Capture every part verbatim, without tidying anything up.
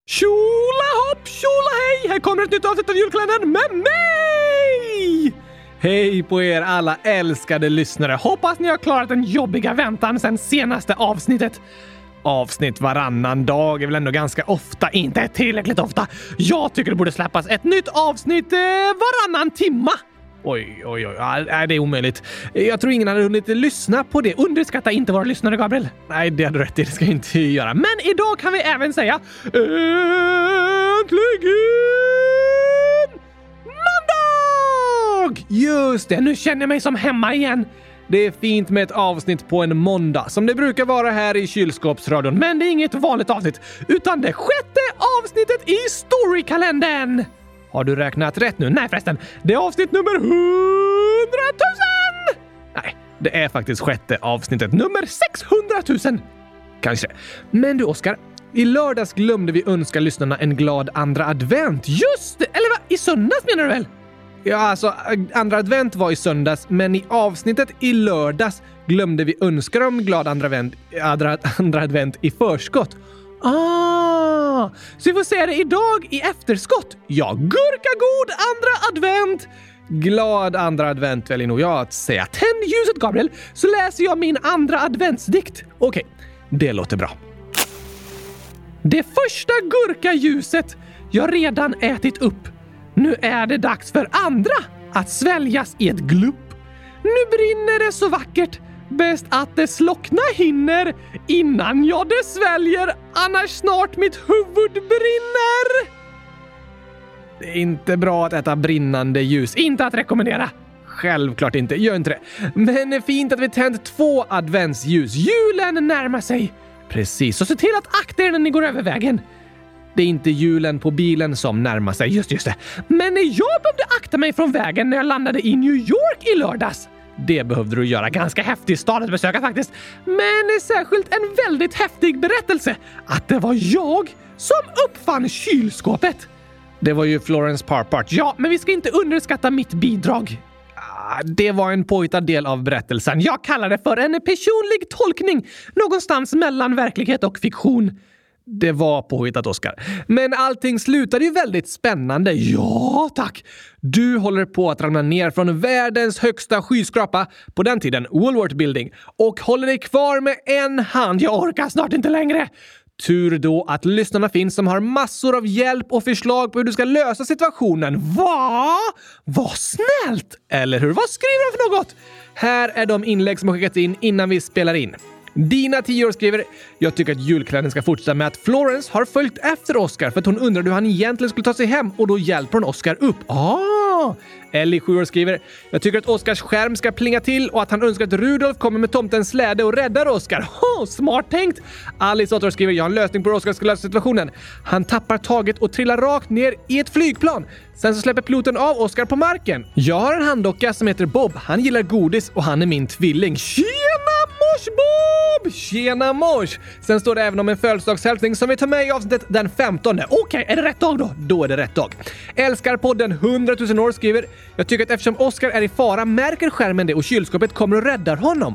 Tjola hopp, tjola hej! Här kommer ett nytt avsnitt av julkalendern med mig! Hej på er alla älskade lyssnare. Hoppas ni har klarat den jobbiga väntan sen senaste avsnittet. Avsnitt varannan dag är väl ändå ganska ofta, inte tillräckligt ofta. Jag tycker det borde släppas ett nytt avsnitt eh, varannan timma. Oj, oj, oj. Nej, det är omöjligt. Jag tror ingen hade hunnit lyssna på det. Underskatta inte våra lyssnare, Gabriel. Nej, det hade rätt i. Det ska jag inte göra. Men idag kan vi även säga äntligen måndag! Just det, nu känner jag mig som hemma igen. Det är fint med ett avsnitt på en måndag, som det brukar vara här i kylskåpsradion. Men det är inget vanligt avsnitt, utan det sjätte avsnittet i Storykalendern. Har du räknat rätt nu? Nej förresten, det är avsnitt nummer hundratusen! Nej, det är faktiskt sjätte avsnittet nummer sexhundratusen. Kanske. Men du Oskar, i lördags glömde vi önska lyssnarna en glad andra advent. Just det! Eller vad? I söndags menar du väl? Ja, alltså andra advent var i söndags, men i avsnittet i lördags glömde vi önska dem glad andra advent, andra, andra advent i förskott. Ah, så vi får säga det idag i efterskott. Ja, gurkagod andra advent. Glad andra advent väljer nog jag att säga. Tänd ljuset, Gabriel, så läser jag min andra adventsdikt. Okej, det låter bra. Det första gurkaljuset jag redan ätit upp. Nu är det dags för andra att sväljas i ett glupp. Nu brinner det så vackert. Bäst att det slockna hinner innan jag det sväljer, annars snart mitt huvud brinner. Det är inte bra att äta brinnande ljus. Inte att rekommendera. Självklart inte, gör inte det. Men det är fint att vi tänt två adventsljus. Julen närmar sig. Precis, och se till att akta er när ni går över vägen. Det är inte julen på bilen som närmar sig, just just det. Men jag behövde akta mig från vägen när jag landade i New York i lördags. Det behövde du göra. Ganska häftig stad att besöka faktiskt. Men särskilt en väldigt häftig berättelse. Att det var jag som uppfann kylskåpet. Det var ju Florence Parpart. Ja, men vi ska inte underskatta mitt bidrag. Det var en påhittad del av berättelsen. Jag kallar det för en personlig tolkning. Någonstans mellan verklighet och fiktion. Det var påhittat, Oskar. Men allting slutade ju väldigt spännande. Ja, tack. Du håller på att ramla ner från världens högsta skyskrapa, på den tiden Woolworth Building, och håller dig kvar med en hand. Jag orkar snart inte längre. Tur då att lyssnarna finns som har massor av hjälp och förslag på hur du ska lösa situationen. Va? Vad snällt! Eller hur? Vad skriver de för något? Här är de inlägg som har skickats in innan vi spelar in. Dina tio år skriver: jag tycker att julkalendern ska fortsätta med att Florence har följt efter Oscar för att hon undrade hur han egentligen skulle ta sig hem, och då hjälper hon Oscar upp. Ah! Ellie, sju år, skriver: jag tycker att Oscars skärm ska plinga till och att han önskar att Rudolf kommer med tomtens släde och räddar Oscar. Oh, smart tänkt! Alice, åtta år, skriver: jag har en lösning på hur Oscar ska lösa situationen. Han tappar taget och trillar rakt ner i ett flygplan. Sen så släpper piloten av Oscar på marken. Jag har en handdocka som heter Bob. Han gillar godis och han är min tvilling. Tjena mors Bob! Tjena mors! Sen står det även om en födelsedagshälsning som vi tar med i avsnittet den femtonde. Okej, okay, är det rätt dag då? Då är det rätt dag. Älskar podden hundratusen år, skriver: jag tycker att eftersom Oscar är i fara märker skärmen det och kylskåpet kommer och räddar honom.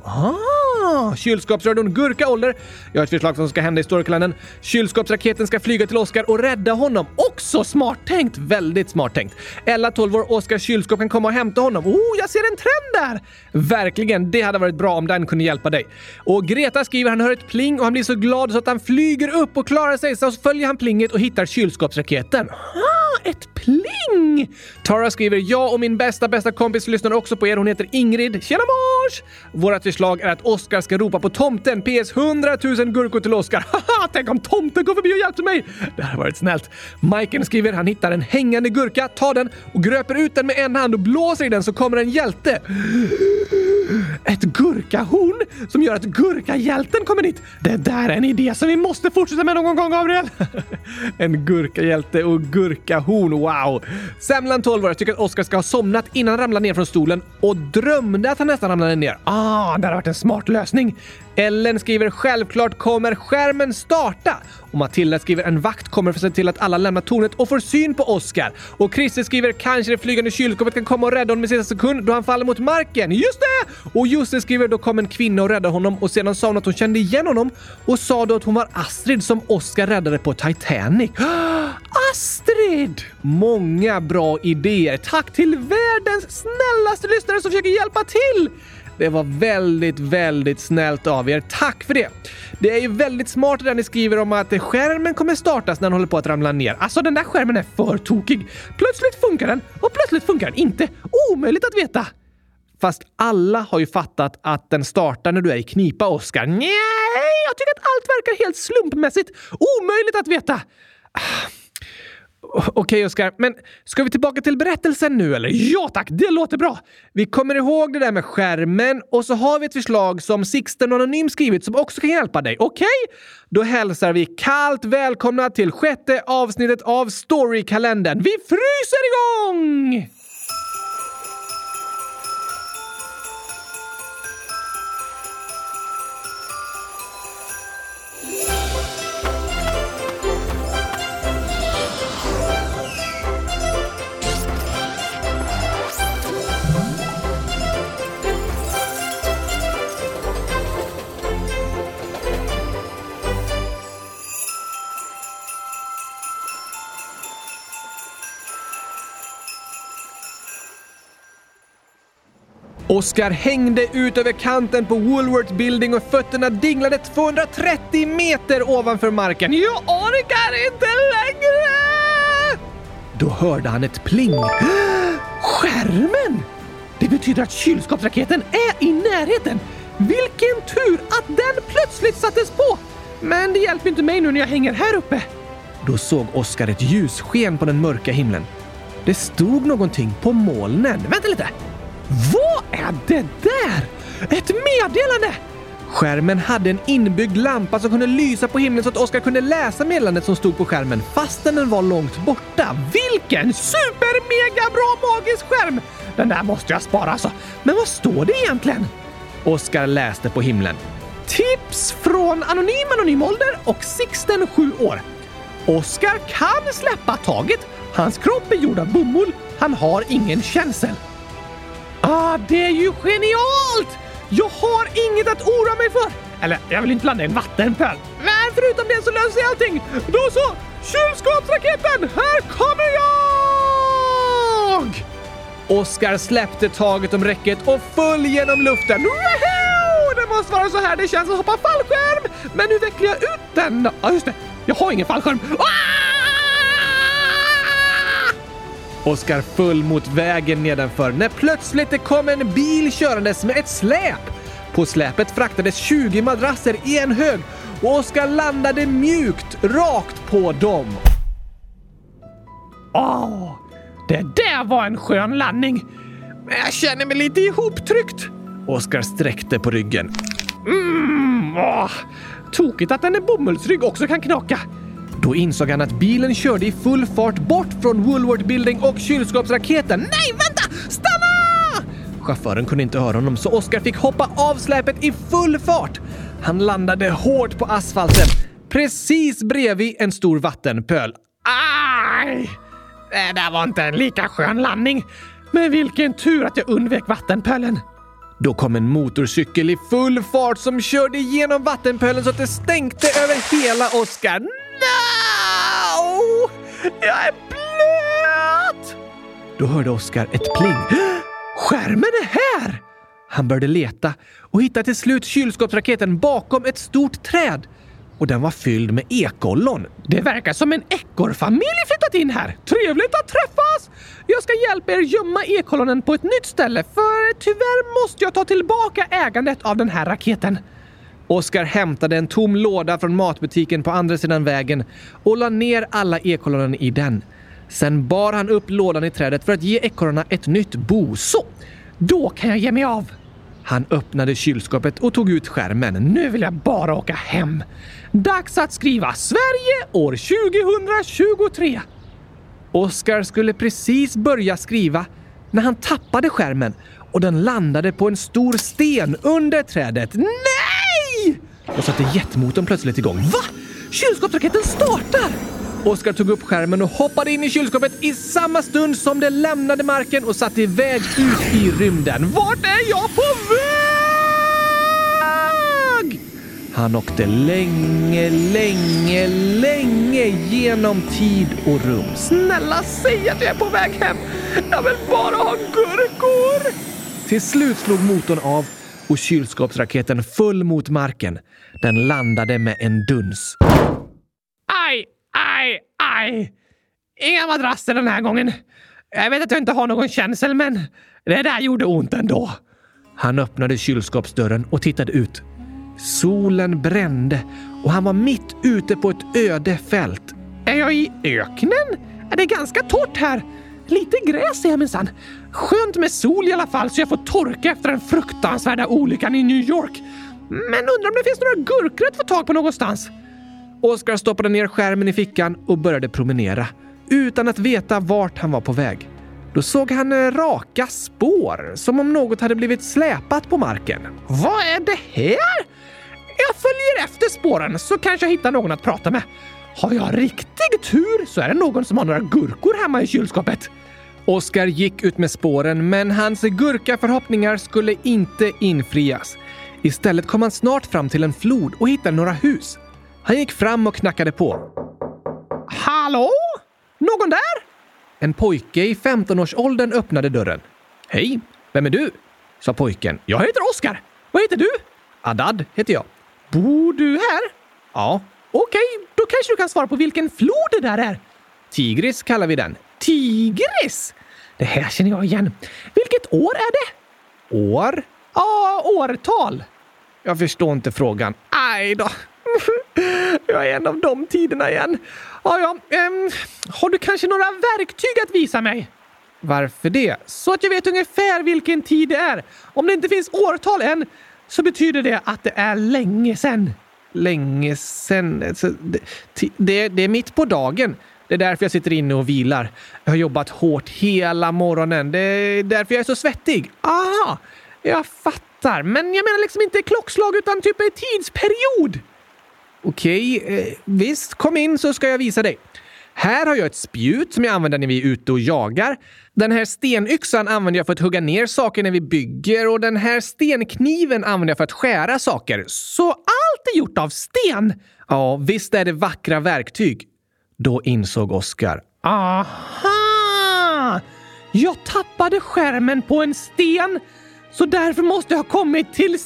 Ah, kylskåpsradion Gurka ålder. Jag har ett förslag som ska hända i Storykalendern. Kylskåpsraketen ska flyga till Oscar och rädda honom. Också smart tänkt, väldigt smart tänkt. Ella, tolv år, Oscars kylskåp kan komma och hämta honom. Oh, jag ser en trend där! Verkligen, det hade varit bra om den kunde hjälpa dig. Och Greta skriver: han hör ett pling och han blir så glad så att han flyger upp och klarar sig, så följer han plinget och hittar kylskåpsraketen. Ah, ett pling! Tara skriver: jag och min bästa bästa kompis lyssnar också på er. Hon heter Ingrid. Tjena mors! Vårat förslag är att Oscar ska ropa på tomten. P S hundratusen gurkor till Oscar. Haha, tänk om tomten går förbi och hjälpte mig. Det hade varit snällt. Majken skriver: han hittar en hängande gurka, tar den och gröper ut den med en hand och blåser i den, så kommer en hjälte. Ett gurkahorn som gör att gurkahjälten kommer dit. Det där är en idé som vi måste fortsätta med någon gång, Gabriel. En gurkahjälte och gurkahorn, wow. Semlan, tolv år, tycker att Oscar ska ha somnat innan han ramlade ner från stolen och drömde att han nästan ramlade ner. Ah, det har varit en smart lösning. Ellen skriver självklart kommer skärmen starta. Och Matilda skriver en vakt kommer för att se till att alla lämnar tornet och får syn på Oscar. Och Christer skriver kanske det flygande kylskåpet kan komma och rädda honom i sista sekund då han faller mot marken. Just det! Och Jussi skriver då kom en kvinna och rädda honom och sedan sa hon att hon kände igen honom och sa då att hon var Astrid som Oscar räddade på Titanic. Astrid! Många bra idéer. Tack till världens snällaste lyssnare som försöker hjälpa till. Det var väldigt, väldigt snällt av er. Tack för det. Det är ju väldigt smart när ni skriver om att skärmen kommer startas när den håller på att ramla ner. Alltså den där skärmen är för tokig. Plötsligt funkar den och plötsligt funkar den inte. Omöjligt att veta. Fast alla har ju fattat att den startar när du är i knipa, Oscar. Nej, jag tycker att allt verkar helt slumpmässigt. Omöjligt att veta. Okej, okay, Oscar, men ska vi tillbaka till berättelsen nu eller? Ja tack, det låter bra. Vi kommer ihåg det där med skärmen och så har vi ett förslag som Sixten Anonym skrivit som också kan hjälpa dig. Okej? Okay? Då hälsar vi kallt välkomna till sjätte avsnittet av Storykalendern. Vi fryser igång! Oscar hängde ut över kanten på Woolworth Building och fötterna dinglade tvåhundratrettio meter ovanför marken. Jag orkar inte längre! Då hörde han ett pling. Skärmen! Det betyder att kylskåpsraketen är i närheten. Vilken tur att den plötsligt sattes på! Men det hjälper inte mig nu när jag hänger här uppe. Då såg Oscar ett ljussken på den mörka himlen. Det stod någonting på molnen. Vänta lite! Vad är det där? Ett meddelande! Skärmen hade en inbyggd lampa som kunde lysa på himlen så att Oscar kunde läsa meddelandet som stod på skärmen fastän den var långt borta. Vilken super mega bra magisk skärm! Den där måste jag spara alltså. Men vad står det egentligen? Oscar läste på himlen. Tips från Anonym Anonym ålder och Sixten sju år. Oscar kan släppa taget. Hans kropp är gjord av bomull. Han har ingen känsel. Ah, det är ju genialt! Jag har inget att oroa mig för. Eller, jag vill inte landa i en vattenpöl. Men förutom det så löser jag allting. Då så, kylskåpsraketen, här kommer jag! Oscar släppte taget om räcket och föll genom luften. Woho! Det måste vara så här det känns att hoppa fallskärm. Men nu vecklar jag ut den. Ja, ah, just det. Jag har ingen fallskärm. Ah! Oscar föll mot vägen nedanför när plötsligt det kom en bil körandes med ett släp. På släpet fraktades tjugo madrasser i en hög och Oscar landade mjukt rakt på dem. Åh, oh, det där var en skön landning. Men jag känner mig lite ihoptryckt. Oscar sträckte på ryggen. Mm, åh, tokigt att en bomullsrygg också kan knaka. Då insåg han att bilen körde i full fart bort från Woolworth Building och kylskåpsraketen. Nej, vänta! Stanna! Chauffören kunde inte höra honom så Oscar fick hoppa av släpet i full fart. Han landade hårt på asfalten, precis bredvid en stor vattenpöl. Aj! Det där var inte en lika skön landning. Men vilken tur att jag undvek vattenpölen. Då kom en motorcykel i full fart som körde igenom vattenpölen så att det stänkte över hela Oscar. No! Jag är blöt! Då hörde Oscar ett pling. Skärmen är här! Han började leta och hittade till slut kylskåpsraketen bakom ett stort träd. Och den var fylld med ekollon. Det verkar som en ekorrfamilj flyttat in här. Trevligt att träffas! Jag ska hjälpa er gömma ekollonen på ett nytt ställe för tyvärr måste jag ta tillbaka ägandet av den här raketen. Oscar hämtade en tom låda från matbutiken på andra sidan vägen och la ner alla ekollonen i den. Sen bar han upp lådan i trädet för att ge ekorrarna ett nytt bo. Så, då kan jag ge mig av. Han öppnade kylskåpet och tog ut skärmen. Nu vill jag bara åka hem. Dags att skriva Sverige år tjugohundratjugotre. Oscar skulle precis börja skriva när han tappade skärmen och den landade på en stor sten under trädet. Nej! Då satte jetmotorn plötsligt igång. Va? Kylskåpsraketen startar! Oskar tog upp skärmen och hoppade in i kylskåpet i samma stund som det lämnade marken och satte iväg ut i rymden. Vart är jag på väg? Han åkte länge, länge, länge genom tid och rum. Snälla, säg att jag är på väg hem. Jag vill bara ha gurkor. Till slut slog motorn av och kylskåpsraketen föll mot marken. Den landade med en duns. Aj, aj, aj. Inga madrasser den här gången. Jag vet att jag inte har någon känsel, men det där gjorde ont ändå. Han öppnade kylskåpsdörren och tittade ut. Solen brände och han var mitt ute på ett öde fält. Är jag i öknen? Är det ganska torrt här? Lite gräs är minsann. Skönt med sol i alla fall så jag får torka efter den fruktansvärda olyckan i New York. Men undrar om det finns några gurkor att få tag på någonstans. Oskar stoppade ner skärmen i fickan och började promenera utan att veta vart han var på väg. Då såg han raka spår, som om något hade blivit släpat på marken. Vad är det här? Jag följer efter spåren så kanske jag hittar någon att prata med. Har jag riktig tur så är det någon som har några gurkor hemma i kylskåpet. Oskar gick ut med spåren, men hans gurkaförhoppningar skulle inte infrias. Istället kom han snart fram till en flod och hittade några hus. Han gick fram och knackade på. Hallå? Någon där? En pojke i femton-årsåldern öppnade dörren. Hej, vem är du? Sa pojken. Jag heter Oskar. Vad heter du? Adad heter jag. Bor du här? Ja. Okej, då kanske du kan svara på vilken flod det där är. Tigris kallar vi den. Tigris? Det här känner jag igen. Vilket år är det? År? Ja, årtal. Jag förstår inte frågan. Aj då. Jag är en av de tiderna igen. Ja, ja. Um, har du kanske några verktyg att visa mig? Varför det? Så att jag vet ungefär vilken tid det är. Om det inte finns årtal än så betyder det att det är länge sedan. Länge sedan? Alltså, det, det, det är mitt på dagen. Det är därför jag sitter inne och vilar. Jag har jobbat hårt hela morgonen. Det är därför jag är så svettig. Aha, jag fattar. Men jag menar liksom inte klockslag utan typ en tidsperiod. Okej, eh, visst, kom in så ska jag visa dig. Här har jag ett spjut som jag använder när vi är ute och jagar. Den här stenyxan använder jag för att hugga ner saker när vi bygger. Och den här stenkniven använder jag för att skära saker. Så allt är gjort av sten. Ja, visst är det vackra verktyg. Då insåg Oskar. Aha! Jag tappade skärmen på en sten. Så därför måste jag ha kommit till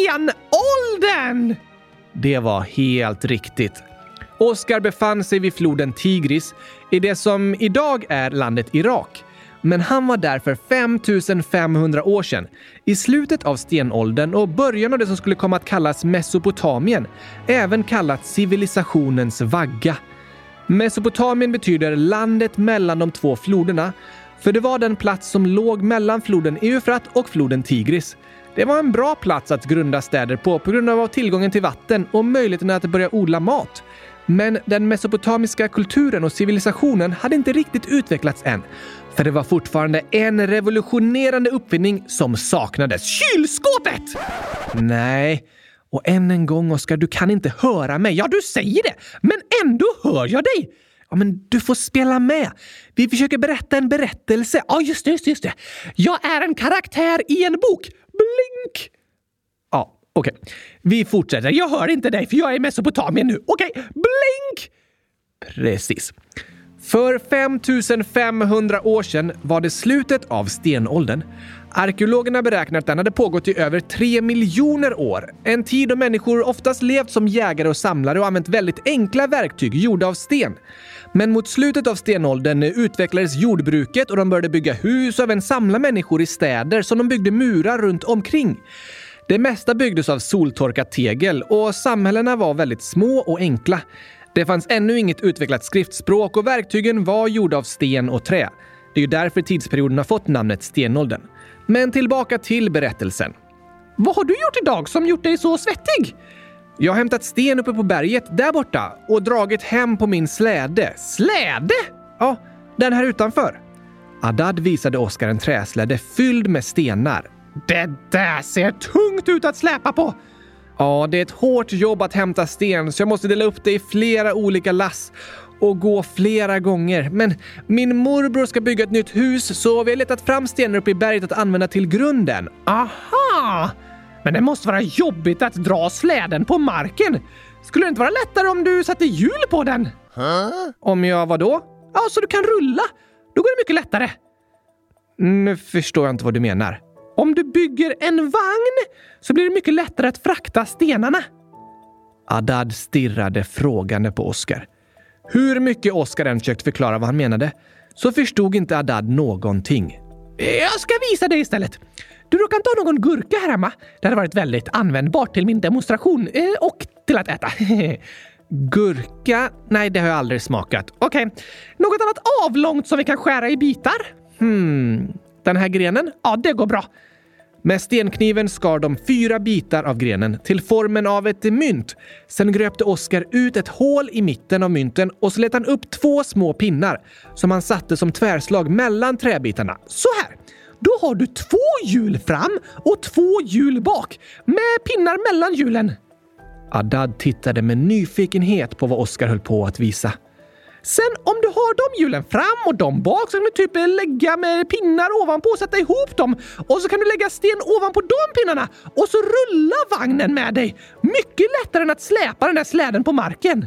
stenåldern. Det var helt riktigt. Oskar befann sig vid floden Tigris i det som idag är landet Irak. Men han var där för fem tusen femhundra år sedan, i slutet av stenåldern och början av det som skulle komma att kallas Mesopotamien, även kallat civilisationens vagga. Mesopotamien betyder landet mellan de två floderna, för det var den plats som låg mellan floden Eufrat och floden Tigris. Det var en bra plats att grunda städer på på grund av tillgången till vatten och möjligheten att börja odla mat. Men den mesopotamiska kulturen och civilisationen hade inte riktigt utvecklats än. För det var fortfarande en revolutionerande uppfinning som saknades. Kylskåpet! Nej, och än en gång Oskar, du kan inte höra mig. Ja, du säger det, men ändå hör jag dig. Ja, men du får spela med. Vi försöker berätta en berättelse. Ja, just det, just det, just det. Jag är en karaktär i en bok. Blink! Ja, okej. Okay. Vi fortsätter. Jag hör inte dig för jag är i Mesopotamien nu. Okej, okay. Blink! Precis. För fem tusen femhundra år sedan var det slutet av stenåldern. Arkeologerna beräknar att den hade pågått i över tre miljoner år. En tid då människor oftast levt som jägare och samlare och använt väldigt enkla verktyg gjorda av sten. Men mot slutet av stenåldern utvecklades jordbruket och de började bygga hus och även samla människor i städer som de byggde murar runt omkring. Det mesta byggdes av soltorkat tegel och samhällena var väldigt små och enkla. Det fanns ännu inget utvecklat skriftspråk och verktygen var gjorda av sten och trä. Det är ju därför tidsperioden har fått namnet stenåldern. Men tillbaka till berättelsen. Vad har du gjort idag som gjort dig så svettig? Jag har hämtat sten uppe på berget där borta och dragit hem på min släde. Släde? Ja, den här utanför. Adad visade Oskar en träsläde fylld med stenar. Det där ser tungt ut att släpa på. Ja, det är ett hårt jobb att hämta sten så jag måste dela upp det i flera olika lass och gå flera gånger. Men min morbror ska bygga ett nytt hus så vi har letat fram stenar uppe i berget att använda till grunden. Aha! Men det måste vara jobbigt att dra släden på marken. Skulle det inte vara lättare om du satte hjul på den? Huh? Om jag vad då? Ja, så du kan rulla. Då går det mycket lättare. Nu förstår jag inte vad du menar. Om du bygger en vagn så blir det mycket lättare att frakta stenarna. Adad stirrade frågande på Oskar. Hur mycket Oskar än försökt förklara vad han menade så förstod inte Adad någonting. Jag ska visa dig istället. Du råkar inte ha någon gurka här hemma. Det hade varit väldigt användbart till min demonstration eh, och till att äta. Gurka? Nej, det har jag aldrig smakat. Okej, okay. Något annat avlångt som vi kan skära i bitar? Hmm, den här grenen? Ja, det går bra. Med stenkniven skar de fyra bitar av grenen till formen av ett mynt. Sen gröpte Oskar ut ett hål i mitten av mynten och så lät han upp två små pinnar som han satte som tvärslag mellan träbitarna. Så här. Då har du två hjul fram och två hjul bak med pinnar mellan hjulen. Adad tittade med nyfikenhet på vad Oskar höll på att visa. Sen om du har de hjulen fram och de bak så kan du typ lägga med pinnar ovanpå och sätta ihop dem. Och så kan du lägga sten ovanpå de pinnarna och så rulla vagnen med dig. Mycket lättare än att släpa den där släden på marken.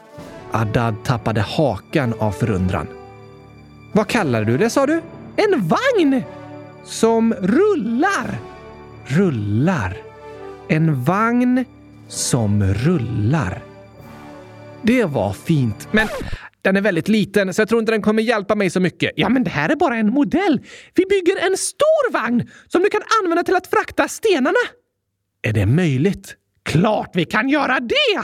Adad tappade hakan av förundran. Vad kallar du det, sa du? En vagn! Som rullar. Rullar. En vagn som rullar. Det var fint, men den är väldigt liten så jag tror inte den kommer hjälpa mig så mycket. Ja, men det här är bara en modell. Vi bygger en stor vagn som du kan använda till att frakta stenarna. Är det möjligt? Klart vi kan göra det!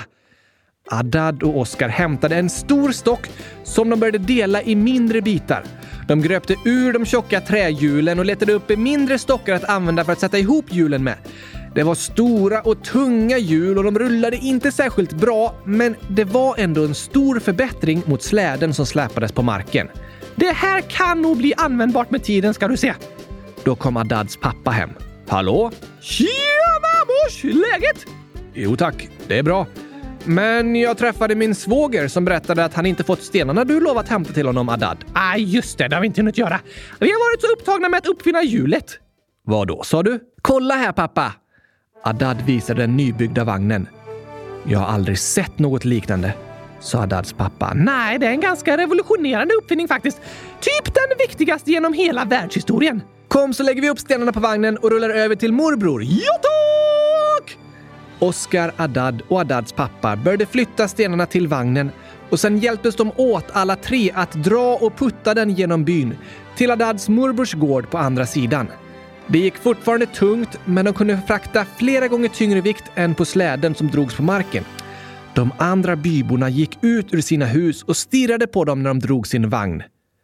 Adad och Oskar hämtade en stor stock som de började dela i mindre bitar. De gröpte ur de tjocka trähjulen och letade upp mindre stockar att använda för att sätta ihop hjulen med. Det var stora och tunga hjul och de rullade inte särskilt bra, men det var ändå en stor förbättring mot släden som släpades på marken. Det här kan nog bli användbart med tiden, ska du se. Då kom Adads pappa hem. Hallå? Tjena mors, läget? Jo tack, det är bra. Men jag träffade min svåger som berättade att han inte fått stenarna du lovat hämta till honom, Adad. Ah, just det, det har vi inte hunnit göra. Vi har varit så upptagna med att uppfinna hjulet. Vad då, sa du? Kolla här, pappa. Adad visade den nybyggda vagnen. Jag har aldrig sett något liknande, sa Adads pappa. Nej, det är en ganska revolutionerande uppfinning faktiskt. Typ den viktigaste genom hela världshistorien. Kom så lägger vi upp stenarna på vagnen och rullar över till morbror. Ja, tack! Oskar, Adad och Adads pappa började flytta stenarna till vagnen och sen hjälptes de åt alla tre att dra och putta den genom byn till Adads morbrors gård på andra sidan. Det gick fortfarande tungt, men de kunde frakta flera gånger tyngre vikt än på släden som drogs på marken. De andra byborna gick ut ur sina hus och stirrade på dem när de drog sin vagn.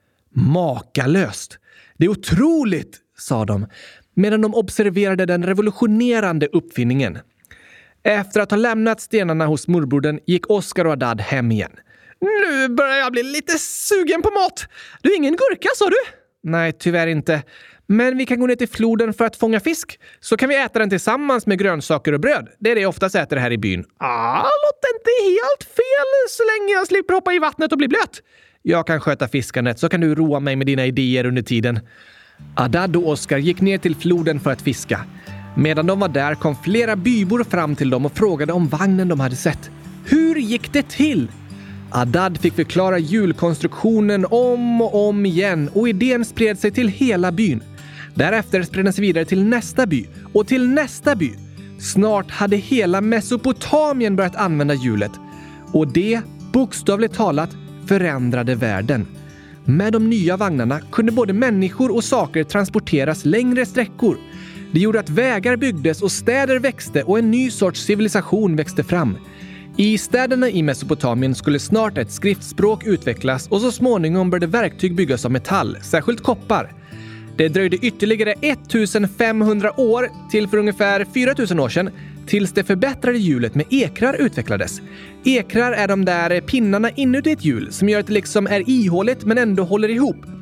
Makalöst! Det är otroligt, sa de, medan de observerade den revolutionerande uppfinningen. Efter att ha lämnat stenarna hos morbrodern gick Oskar och Adad hem igen. Nu börjar jag bli lite sugen på mat. Du har ingen gurka, sa du? Nej, tyvärr inte. Men vi kan gå ner till floden för att fånga fisk. Så kan vi äta den tillsammans med grönsaker och bröd. Det är det jag oftast äter här i byn. Ah, låter inte helt fel så länge jag slipper hoppa i vattnet och bli blöt. Jag kan sköta fiskandet så kan du roa mig med dina idéer under tiden. Adad och Oskar gick ner till floden för att fiska. Medan de var där kom flera bybor fram till dem och frågade om vagnen de hade sett. Hur gick det till? Adad fick förklara hjulkonstruktionen om och om igen och idén spred sig till hela byn. Därefter spred den sig vidare till nästa by och till nästa by. Snart hade hela Mesopotamien börjat använda hjulet. Och det, bokstavligt talat, förändrade världen. Med de nya vagnarna kunde både människor och saker transporteras längre sträckor. Det gjorde att vägar byggdes och städer växte och en ny sorts civilisation växte fram. I städerna i Mesopotamien skulle snart ett skriftspråk utvecklas och så småningom började verktyg byggas av metall, särskilt koppar. Det dröjde ytterligare ettusenfemhundra år till för ungefär fyra tusen år sedan tills det förbättrade hjulet med ekrar utvecklades. Ekrar är de där pinnarna inuti ett hjul som gör att det liksom är ihåligt men ändå håller ihop.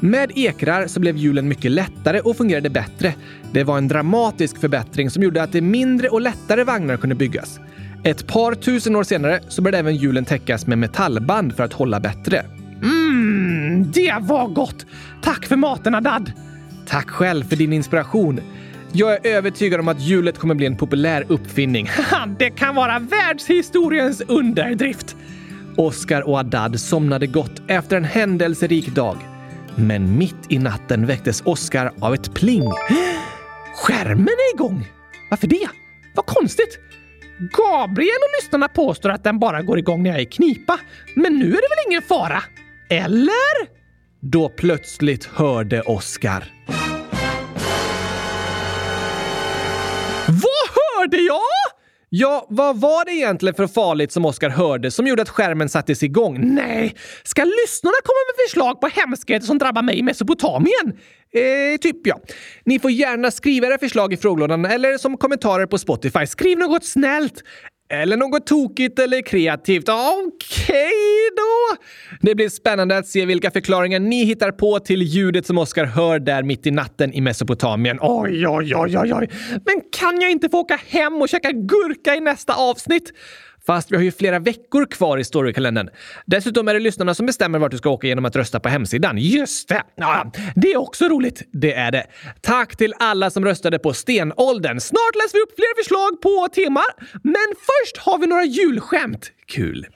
Med ekrar så blev hjulen mycket lättare och fungerade bättre. Det var en dramatisk förbättring som gjorde att det mindre och lättare vagnar kunde byggas. Ett par tusen år senare så började även hjulen täckas med metallband för att hålla bättre. Mm, det var gott! Tack för maten, Adad! Tack själv för din inspiration. Jag är övertygad om att hjulet kommer bli en populär uppfinning. Det kan vara världshistoriens underdrift. Oscar och Adad somnade gott efter en händelserik dag. Men mitt i natten väcktes Oscar av ett pling. Skärmen är igång! Varför det? Vad konstigt! Gabriel och lyssnarna påstår att den bara går igång när jag är i knipa. Men nu är det väl ingen fara? Eller? Då plötsligt hörde Oscar. Vad hörde jag? Ja, vad var det egentligen för farligt som Oscar hörde som gjorde att skärmen sattes igång? Nej, ska lyssnarna komma med förslag på hemskheter som drabbar mig i Mesopotamien? Eh, typ ja. Ni får gärna skriva era förslag i frågelådan eller som kommentarer på Spotify. Skriv något snällt. Eller något tokigt eller kreativt. Okej okay då. Det blir spännande att se vilka förklaringar ni hittar på till ljudet som Oscar hör där mitt i natten i Mesopotamien. Oj, oj, oj, oj, oj. Men kan jag inte få åka hem och käka gurka i nästa avsnitt? Fast vi har ju flera veckor kvar i storykalendern. Dessutom är det lyssnarna som bestämmer vart du ska åka genom att rösta på hemsidan. Just det! Ja, det är också roligt. Det är det. Tack till alla som röstade på stenåldern. Snart läser vi upp fler förslag på teman. Men först har vi några julskämt. Kul!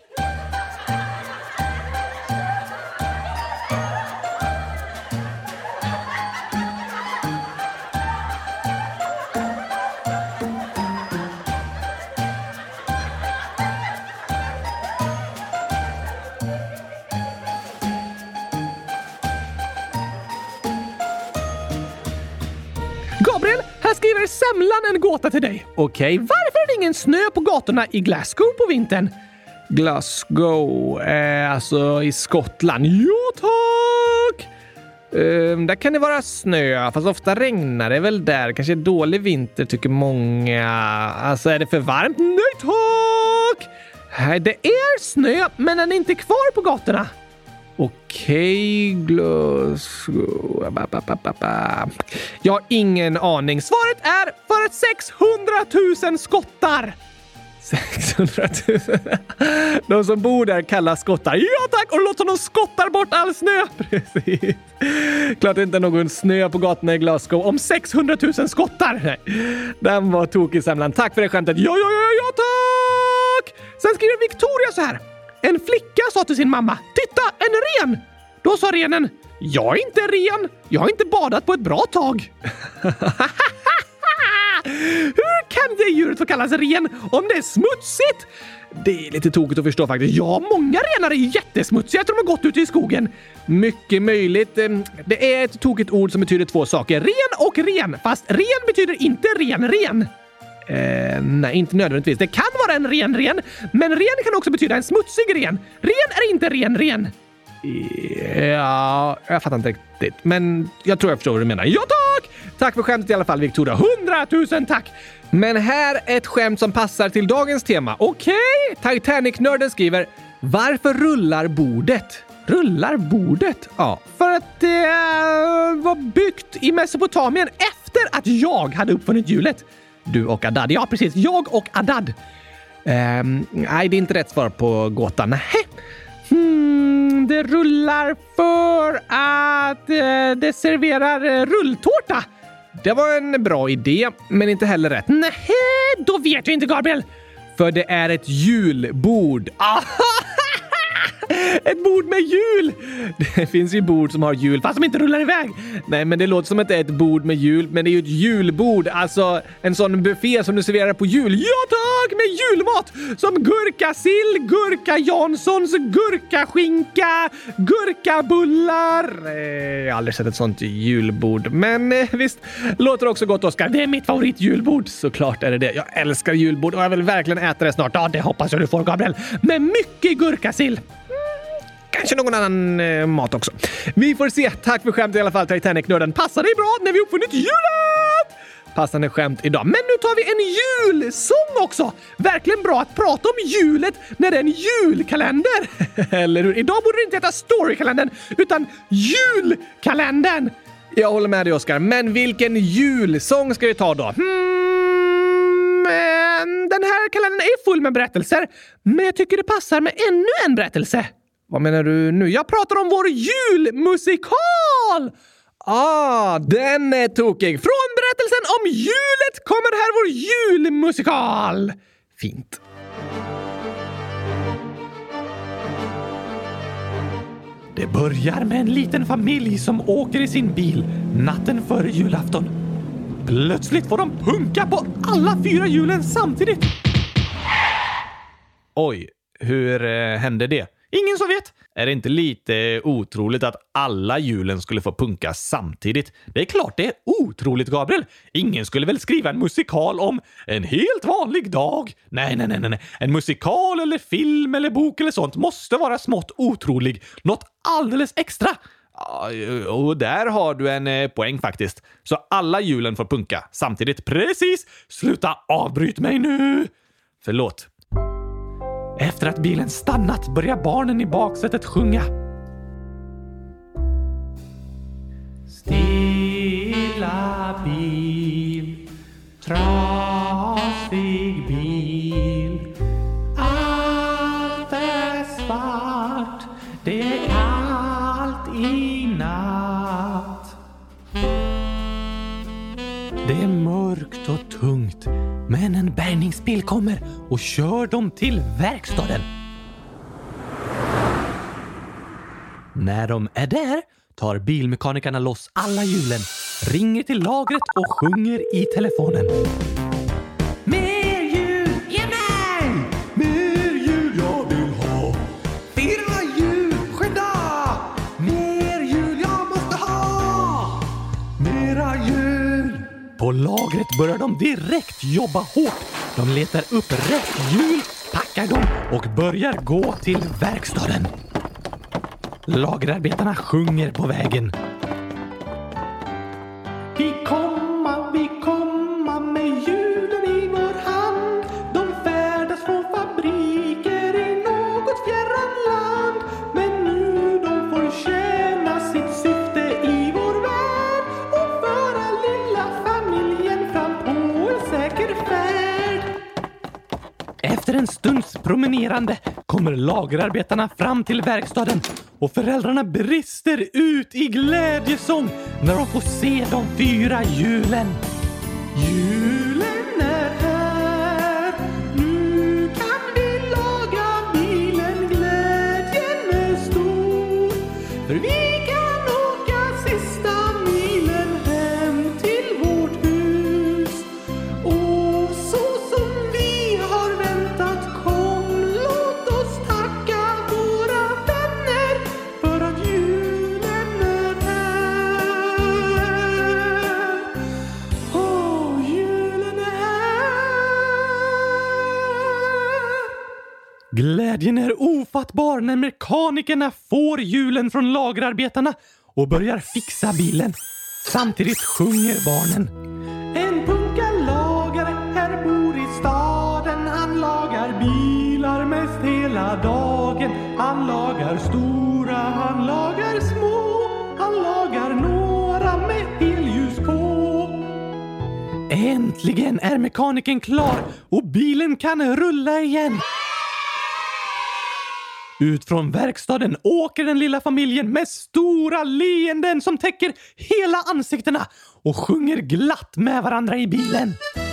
Gabriel, här skriver Semlan en gåta till dig. Okej, okay. Varför är det ingen snö på gatorna i Glasgow på vintern? Glasgow, eh, alltså i Skottland. Jo tack! Eh, där kan det vara snö, fast ofta regnar det väl där. Kanske dålig vinter tycker många. Alltså är det för varmt? Nej tack! Nej, det är snö, men den är inte kvar på gatorna. Okej, Glasgow. Jag har ingen aning. Svaret är för sexhundratusen skottar. sexhundratusen. De som bor där kallas skottar. Ja tack, och låt som de skottar bort all snö. Precis. Klart det inte är någon snö på gatorna i Glasgow om sexhundratusen skottar. Nej. Den var tokig, Semlan. Tack för det skämtet. Ja, ja, ja, ja, tack. Sen skriver Victoria så här. En flicka sa till sin mamma, titta, en ren! Då sa renen, jag är inte ren, jag har inte badat på ett bra tag. Hur kan det djuret få kallas ren om det är smutsigt? Det är lite tokigt att förstå faktiskt. Ja, många renar är jättesmutsiga efter de har gått ut i skogen. Mycket möjligt. Det är ett tokigt ord som betyder två saker. Ren och ren, fast ren betyder inte ren-ren. Eh, nej, inte nödvändigtvis. Det kan vara en ren ren, men ren kan också betyda en smutsig ren. Ren är inte ren ren. Ja, jag fattar inte riktigt. Men jag tror jag förstår vad du menar. Ja tack! Tack för skämtet i alla fall, Victoria. Hundratusen tack! Men här är ett skämt som passar till dagens tema. Okej, okay. Titanic-nörden skriver, varför rullar bordet? Rullar bordet? Ja, för att det uh, var byggt i Mesopotamien efter att jag hade uppfunnit hjulet. Du och Adad. Ja, precis. Jag och Adad. Um, nej, det är inte rätt svar på gåtan. Nej. Hmm, det rullar för att uh, det serverar uh, rulltårta. Det var en bra idé, men inte heller rätt. Nej, då vet jag inte, Gabriel. För det är ett julbord. Ett bord med hjul! Det finns ju bord som har hjul fast de inte rullar iväg. Nej, men det låter som att det är ett bord med hjul, men det är ju ett julbord. Alltså en sån buffé som du serverar på jul. Ja tack, med julmat! Som gurkasill, gurka Janssons, gurkaskinka, gurkabullar. Jag har aldrig sett ett sånt julbord. Men eh, visst, låter också gott, Oscar. Det är mitt favoritjulbord. Såklart är det det. Jag älskar julbord och jag vill verkligen äta det snart. Ja, det hoppas jag du får, Gabriel. Med mycket gurkasill. Kanske någon annan eh, mat också. Vi får se. Tack för skämt i alla fall, Titanic-nörden. Passar dig bra när vi uppfunnit hjulet! passande skämt idag. Men nu tar vi en julsång också. Verkligen bra att prata om julet när det är en julkalender. Eller hur? Idag borde det inte heta storykalendern utan julkalendern. Jag håller med dig, Oskar. Men vilken julsång ska vi ta då? Hmm, den här kalendern är full med berättelser. Men jag tycker det passar med ännu en berättelse. Vad menar du nu? Jag pratar om vår julmusikal! Ah, den är tokig. Från berättelsen om julet kommer här vår julmusikal. Fint. Det börjar med en liten familj som åker i sin bil natten före julafton. Plötsligt får de punka på alla fyra hjulen samtidigt. Oj, hur eh, hände det? Ingen som vet. Är det inte lite otroligt att alla hjulen skulle få punka samtidigt? Det är klart det är otroligt, Gabriel. Ingen skulle väl skriva en musikal om en helt vanlig dag? Nej, nej, nej, nej. En musikal eller film eller bok eller sånt måste vara smått otrolig. Något alldeles extra. Och där har du en poäng faktiskt. Så alla hjulen får punka samtidigt. Precis. Sluta avbryt mig nu. Förlåt. Efter att bilen stannat börjar barnen i baksätet sjunga. Stilla bil, trasig bil, allt är svart, det är kallt i natt. Det är mörkt och tungt. Men en bärgningsbil kommer och kör dem till verkstaden. När de är där tar bilmekanikerna loss alla hjulen, ringer till lagret och sjunger i telefonen. Mer hjul, ge mig! Mer hjul jag vill ha. Fyra hjul, skynda! Mer hjul jag måste ha. Mera hjul. På lagret börjar de direkt jobba hårt. De letar upp rätt hjul, packar dem och börjar gå till verkstaden. Lagerarbetarna sjunger på vägen. Vi komma, vi komma med hjulen i vår hand. De färdas från fabriker i något fjärran land. Men nu de får tjäna sitt syfte i vår värld och föra lilla familjen fram på en säker färd. Efter en stunds promenerande kommer lagerarbetarna fram till verkstaden och föräldrarna brister ut i glädjesång när de får se de fyra hjulen. Julen är här, nu kan vi laga bilen, glädjen är stor. För vi kan åka sista milen hem till vårt hus. Och så som vi har väntat, kom, låt oss tacka våra vänner för att julen är här. Åh, julen är här. Glädjen är ofattbar när mekanikerna får hjulen från lagerarbetarna och börjar fixa bilen. Samtidigt sjunger barnen. En punkalagare här bor i staden. Han lagar bilar mest hela dagen. Han lagar stora, han lagar små. Han lagar några med helljus på. Äntligen är mekaniken klar och bilen kan rulla igen. Ut från verkstaden åker den lilla familjen med stora leenden som täcker hela ansiktena och sjunger glatt med varandra i bilen.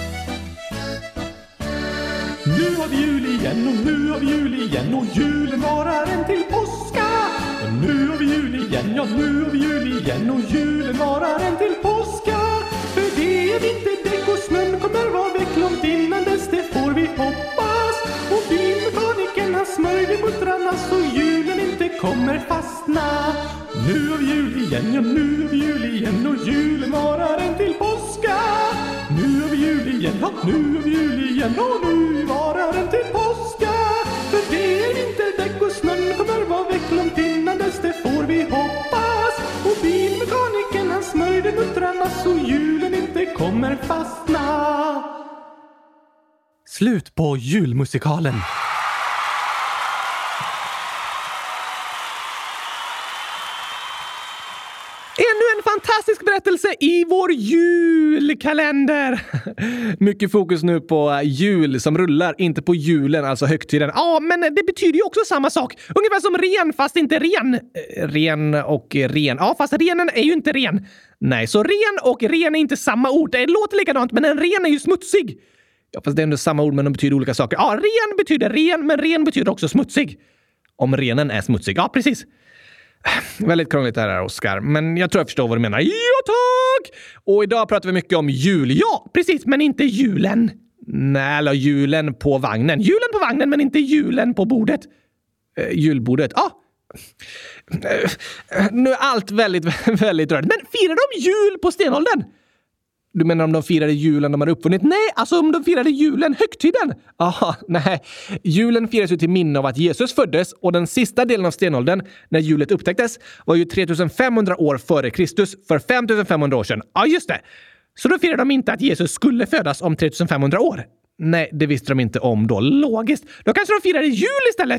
Nu har vi jul igen och nu har vi jul igen och julen varar en till påska. Och nu har vi jul igen, ja nu har vi jul igen och julen varar en till påska. För det är vinterdäck och snön kommer vara väck långt innan dess, det får vi hoppas. Och bilmekaniken har smörjd i muttrarna så julen inte kommer fastna. Nu har vi jul igen, ja nu har vi jul igen och julen varar en till påska. Nu har vi jul igen, ja nu har vi jul igen och nu varar en till påska. För det är vinterdäck och snön kommer vara väck långt innan dess, det får vi hoppas. Och bilmekaniken har smörjd i muttrarna så julen inte kommer fast. Slut på julmusikalen. Ännu en fantastisk berättelse i vår julkalender. Mycket fokus nu på jul som rullar, inte på julen, alltså högtiden. Ja, men det betyder ju också samma sak. Ungefär som ren fast inte ren. Ren och ren. Ja, fast renen är ju inte ren. Nej, så ren och ren är inte samma ord. Det låter likadant, men en ren är ju smutsig. Ja, fast det är ändå samma ord, men de betyder olika saker. Ja, ren betyder ren, men ren betyder också smutsig. Om renen är smutsig. Ja, precis. Väldigt krångligt det här, Oskar. Men jag tror jag förstår vad du menar. Ja, tack! Och idag pratar vi mycket om jul. Ja, precis, men inte julen. Nej, eller julen på vagnen. Julen på vagnen, men inte julen på bordet. Eh, julbordet. Ja. Ah. Nu är allt väldigt, väldigt rörigt. Men firar de jul på stenåldern? Du menar om de firade julen de har uppfunnit? Nej, alltså om de firade julen, högtiden. Aha, nej. Julen firas ju till minne av att Jesus föddes och den sista delen av stenåldern, när julet upptäcktes, var ju tre tusen fem hundra år före Kristus, för fem tusen fem hundra år sedan. Ja, just det. Så då firar de inte att Jesus skulle födas om tre tusen fem hundra år. Nej, det visste de inte om då. Logiskt. Då kanske de firade jul istället.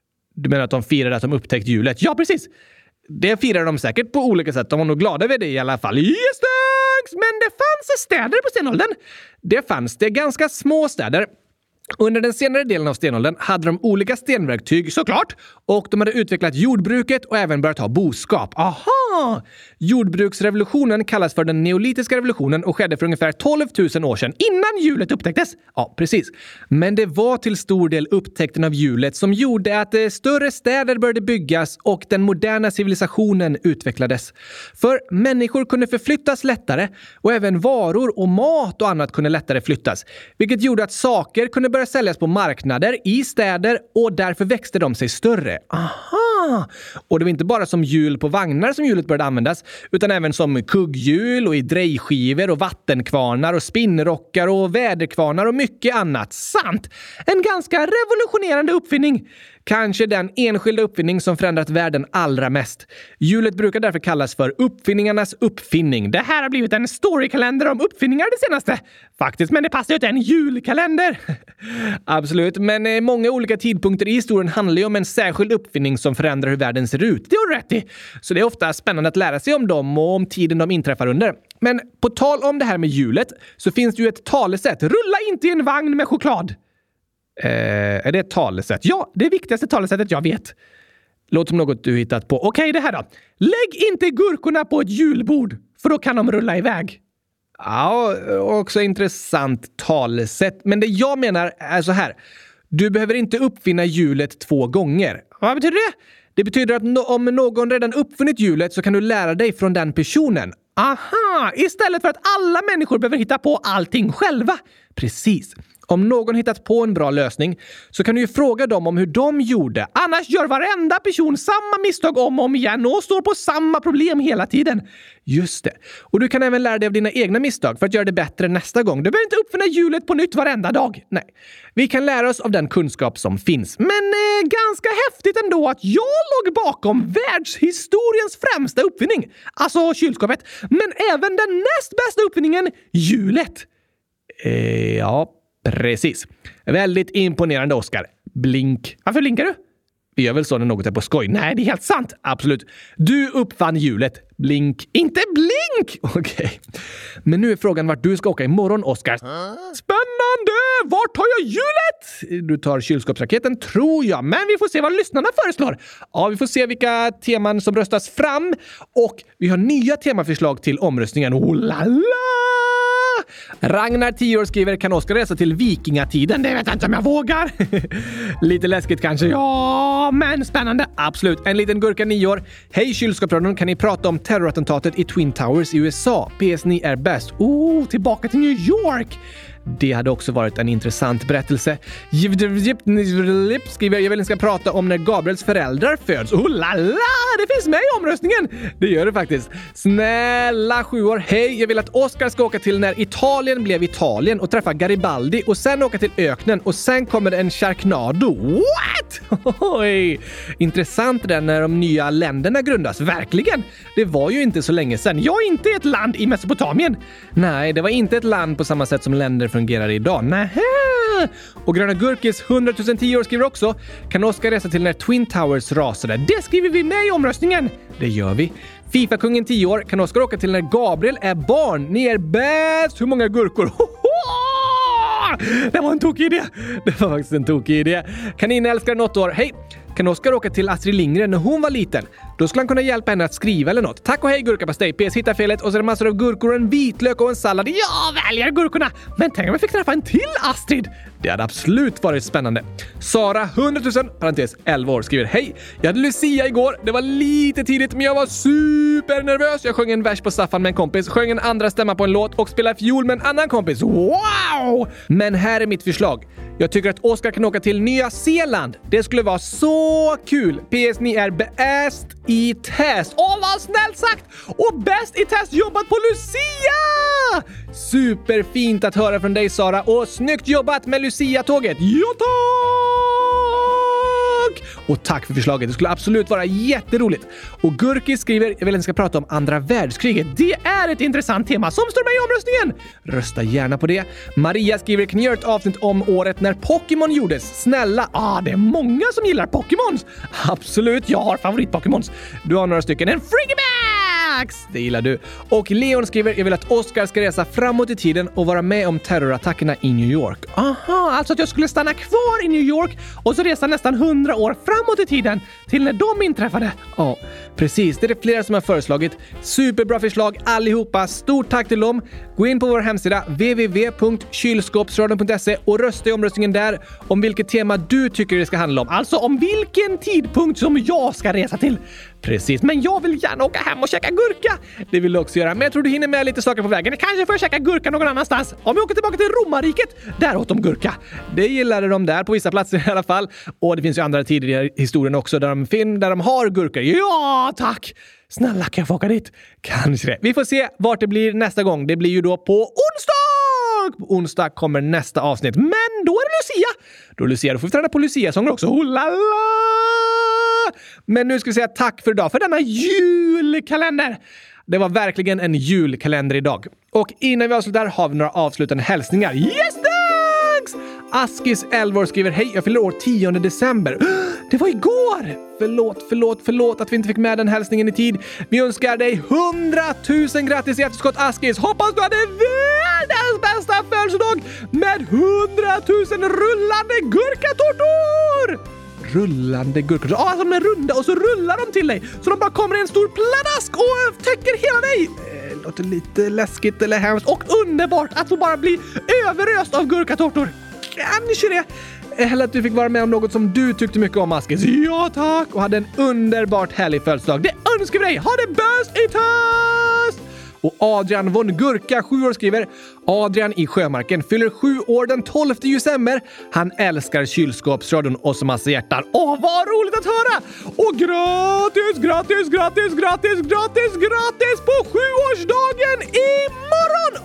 Du menar att de firade att de upptäckte julet? Ja, precis. Det firar de säkert på olika sätt. De var nog glada över det i alla fall. Yes, thanks! Men det fanns städer på stenåldern. Det fanns det ganska små städer. Under den senare delen av stenåldern hade de olika stenverktyg såklart, och de hade utvecklat jordbruket och även börjat ha boskap. Aha! Jordbruksrevolutionen kallas för den neolitiska revolutionen och skedde för ungefär tolv tusen år sedan, innan hjulet upptäcktes. Ja, precis. Men det var till stor del upptäckten av hjulet som gjorde att eh, större städer började byggas och den moderna civilisationen utvecklades. För människor kunde förflyttas lättare och även varor och mat och annat kunde lättare flyttas, vilket gjorde att saker kunde börja säljas på marknader i städer och därför växte de sig större. Aha! Och det var inte bara som hjul på vagnar som hjulet började användas, utan även som kugghjul och i drejskivor och vattenkvarnar och spinnrockar och väderkvarnar och mycket annat. Sant! En ganska revolutionerande uppfinning. Kanske den enskilda uppfinning som förändrat världen allra mest. Hjulet brukar därför kallas för uppfinningarnas uppfinning. Det här har blivit en storykalender om uppfinningar det senaste. Faktiskt, men det passar ju inte en julkalender. Absolut, men många olika tidpunkter i historien handlar ju om en särskild uppfinning som förändrar hur världen ser ut. Det har du rätt i. Så det är ofta spännande att lära sig om dem och om tiden de inträffar under. Men på tal om det här med hjulet så finns det ju ett talesätt. Rulla inte i en vagn med choklad. Eh, är det ett talesätt? Ja, det viktigaste talesättet jag vet. Låt som något du hittat på. Okej, det här då. Lägg inte gurkorna på ett julbord, för då kan de rulla iväg. Ja, också intressant talesätt. Men det jag menar är så här. Du behöver inte uppfinna hjulet två gånger. Vad betyder det? Det betyder att no- om någon redan uppfunnit hjulet så kan du lära dig från den personen. Aha! Istället för att alla människor behöver hitta på allting själva. Precis. Om någon hittat på en bra lösning så kan du ju fråga dem om hur de gjorde. Annars gör varenda person samma misstag om och om igen och står på samma problem hela tiden. Just det. Och du kan även lära dig av dina egna misstag för att göra det bättre nästa gång. Du behöver inte uppfinna hjulet på nytt varenda dag. Nej. Vi kan lära oss av den kunskap som finns. Men eh, ganska häftigt ändå att jag låg bakom världshistoriens främsta uppfinning. Alltså kylskåpet. Men även den näst bästa uppfinningen, hjulet. Eh, ja... Precis. Väldigt imponerande, Oskar. Blink. Varför blinkar du? Vi gör väl så när något är på skoj. Nej, det är helt sant. Absolut. Du uppfann hjulet. Blink. Inte blink! Okej. Okay. Men nu är frågan vart du ska åka imorgon, Oskar. Spännande! Vart tar jag hjulet? Du tar kylskåpsraketen, tror jag. Men vi får se vad lyssnarna föreslår. Ja, vi får se vilka teman som röstas fram. Och vi har nya temaförslag till omröstningen. Oh la la! Ragnar, tio år, skriver: kan Oskar resa till vikingatiden? Det vet jag inte om jag vågar. Lite läskigt kanske. Ja, men spännande. Absolut. En liten gurka, nio år. Hej kylskåpsradion, kan ni prata om terrorattentatet i Twin Towers i U S A? P S ni är bäst. Oh, tillbaka till New York. Det hade också varit en intressant berättelse. Skriver: jag vill inte ska prata om när Gabriels föräldrar föds. Oh la la, det finns med i omröstningen. Det gör det faktiskt. Snälla sju år. Hej, jag vill att Oskar ska åka till när Italien blev Italien och träffa Garibaldi och sen åka till öknen och sen kommer det en Sharknado. What? Oj. Intressant det när de nya länderna grundas. Verkligen. Det var ju inte så länge sedan. Jag är inte ett land i Mesopotamien. Nej, det var inte ett land på samma sätt som länder fungerar idag. Nähä! Och Gröna Gurkis hundratusen tio år skriver också: kan Oskar resa till när Twin Towers rasade? Det skriver vi med i omröstningen! Det gör vi. FIFA-kungen tio år, kan Oskar åka till när Gabriel är barn? Ni är bäst! Hur många gurkor? Det var en tokig idé. Det var faktiskt en tokig idé. Kaninälskaren åtta år. Hej! Kan Oskar åka till Astrid Lindgren när hon var liten? Då skulle han kunna hjälpa henne att skriva eller något. Tack och hej gurkapastej. P S hittar felet och så är det massor av gurkor, en vitlök och en sallad. Jag väljer gurkorna! Men tänk om jag fick träffa en till Astrid. Det hade absolut varit spännande. Sara, hundratusen, parentes elva år, skriver: hej, jag hade Lucia igår. Det var lite tidigt men jag var supernervös. Jag sjöng en vers på Staffan med en kompis, sjöng en andra stämma på en låt och spelade fiol med en annan kompis. Wow! Men här är mitt förslag. Jag tycker att Oskar kan åka till Nya Zeeland. Det skulle vara så kul. P S, ni är bäst i test. Åh, vad snällt sagt! Och bäst i test jobbat på Lucia! Superfint att höra från dig, Sara. Och snyggt jobbat med Lucia-tåget. Ja, tack! Och tack för förslaget. Det skulle absolut vara jätteroligt. Och Gurki skriver: jag vill inte ska prata om andra världskriget. Det är ett intressant tema som står med i omröstningen. Rösta gärna på det. Maria skriver: kan ni göra ett avsnitt om året när Pokémon gjordes? Snälla. Ah, det är många som gillar Pokémons. Absolut, jag har favorit-Pokémons. Du har några stycken. En Frigimax! Det gillar du. Och Leon skriver: jag vill att Oskar ska resa framåt i tiden och vara med om terrorattackerna i New York. Aha, alltså att jag skulle stanna kvar i New York och så resa nästan hundra år framåt i tiden till när de inträffade. Ja, precis. Det är det flera som har föreslagit. Superbra förslag allihopa. Stort tack till dem. Gå in på vår hemsida w w w punkt kylskåpsradion punkt se och rösta i omröstningen där om vilket tema du tycker det ska handla om. Alltså om vilken tidpunkt som jag ska resa till. Precis, men jag vill gärna åka hem och käka gurka. Det vill du också göra, men jag tror du hinner med lite saker på vägen. Kanske får jag käka gurka någon annanstans. Om vi åker tillbaka till Romarriket, där åt de gurka. Det gillade de där på vissa platser i alla fall. Och det finns ju andra tider i historien också där de, fin- där de har gurkor. Ja, tack! Snälla, kan jag få åka dit? Kanske det. Vi får se vart det blir nästa gång. Det blir ju då på onsdag! På onsdag kommer nästa avsnitt. Men då är det Lucia! Då är Lucia, då får vi träna på Lucia-sånger också. Oh, la, la! Men nu ska vi säga tack för idag, för denna julkalender. Det var verkligen en julkalender idag. Och innan vi avslutar har vi några avslutande hälsningar. Yes, thanks! Askis elva år skriver: hej, jag fyller år tionde december. Det var igår! Förlåt, förlåt, förlåt att vi inte fick med den hälsningen i tid. Vi önskar dig hundratusen grattis i efterskott, Askis. Hoppas du hade världens bästa födelsedag med hundratusen rullande gurkatårtor! Rullande gurkor. Ja, alltså de är runda och så rullar de till dig. Så de bara kommer i en stor pladask och täcker hela dig. Eh, låter lite läskigt eller hemskt. Och underbart att få bara bli överöst av gurkatårtor. Kanske det. Eller att du fick vara med om något som du tyckte mycket om, Askis. Ja, tack. Och hade en underbart härlig födelsedag. Det önskar vi dig. Ha det bäst i test! Och Adrian von Gurka, sju år, skriver: Adrian i Sjömarken fyller sju år den tolfte december. Han älskar kylskåpsradion och så massa hjärtan. Åh, vad roligt att höra! Och gratis, gratis, gratis, gratis, gratis, gratis på sjuårsdagen imorgon,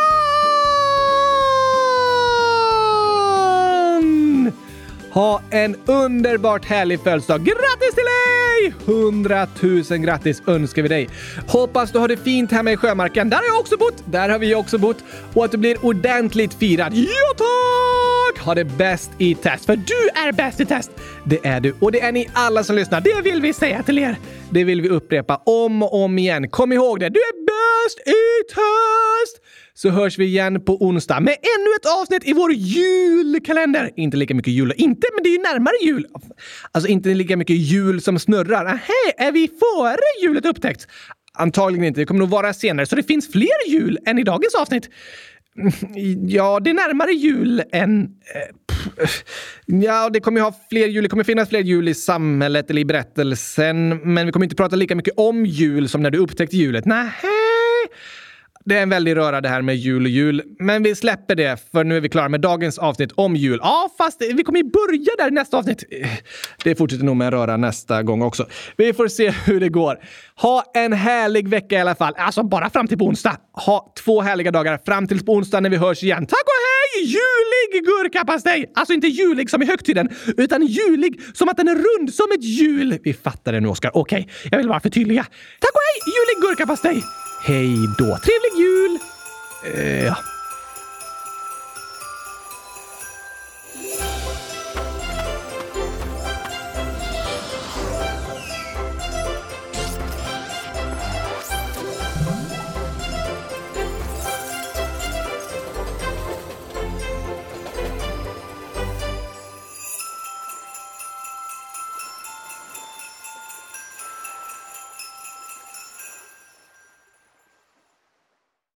Adrian! Ha en underbart härlig födelsedag. Grattis till dig! Hundratusen grattis önskar vi dig. Hoppas du har det fint hemma i Sjömarken. Där har jag också bott. Där har vi också bott. Och att du blir ordentligt firad. Ja, tack! Ha det bäst i test. För du är bäst i test. Det är du. Och det är ni alla som lyssnar. Det vill vi säga till er. Det vill vi upprepa om och om igen. Kom ihåg det. Du är bäst i test! Så hörs vi igen på onsdag med ännu ett avsnitt i vår julkalender. Inte lika mycket jul. Inte, men det är ju närmare jul. Alltså inte lika mycket jul som snurrar. Hej, är vi före julet upptäckt? Antagligen inte. Det kommer nog vara senare. Så det finns fler jul än i dagens avsnitt. Ja, det är närmare jul än... Ja, det kommer ju ha fler jul. Det kommer finnas fler jul i samhället eller i berättelsen. Men vi kommer inte prata lika mycket om jul som när du upptäckte julet. Nej. Det är en väldigt röra det här med jul och jul. Men vi släpper det, för nu är vi klara med dagens avsnitt om jul. Ja, fast vi kommer ju börja där i nästa avsnitt. Det fortsätter nog med en röra nästa gång också. Vi får se hur det går. Ha en härlig vecka i alla fall. Alltså bara fram till på onsdag. Ha två härliga dagar fram till på onsdag när vi hörs igen. Tack och hej! Julig gurkapastej! Alltså inte julig som i högtiden, utan julig som att den är rund som ett jul. Vi fattar det nu, Oskar. Okej, okay, jag vill bara förtydliga. Tack och hej! Julig gurkapastej! Hej då. Trevlig jul! Uh, ja.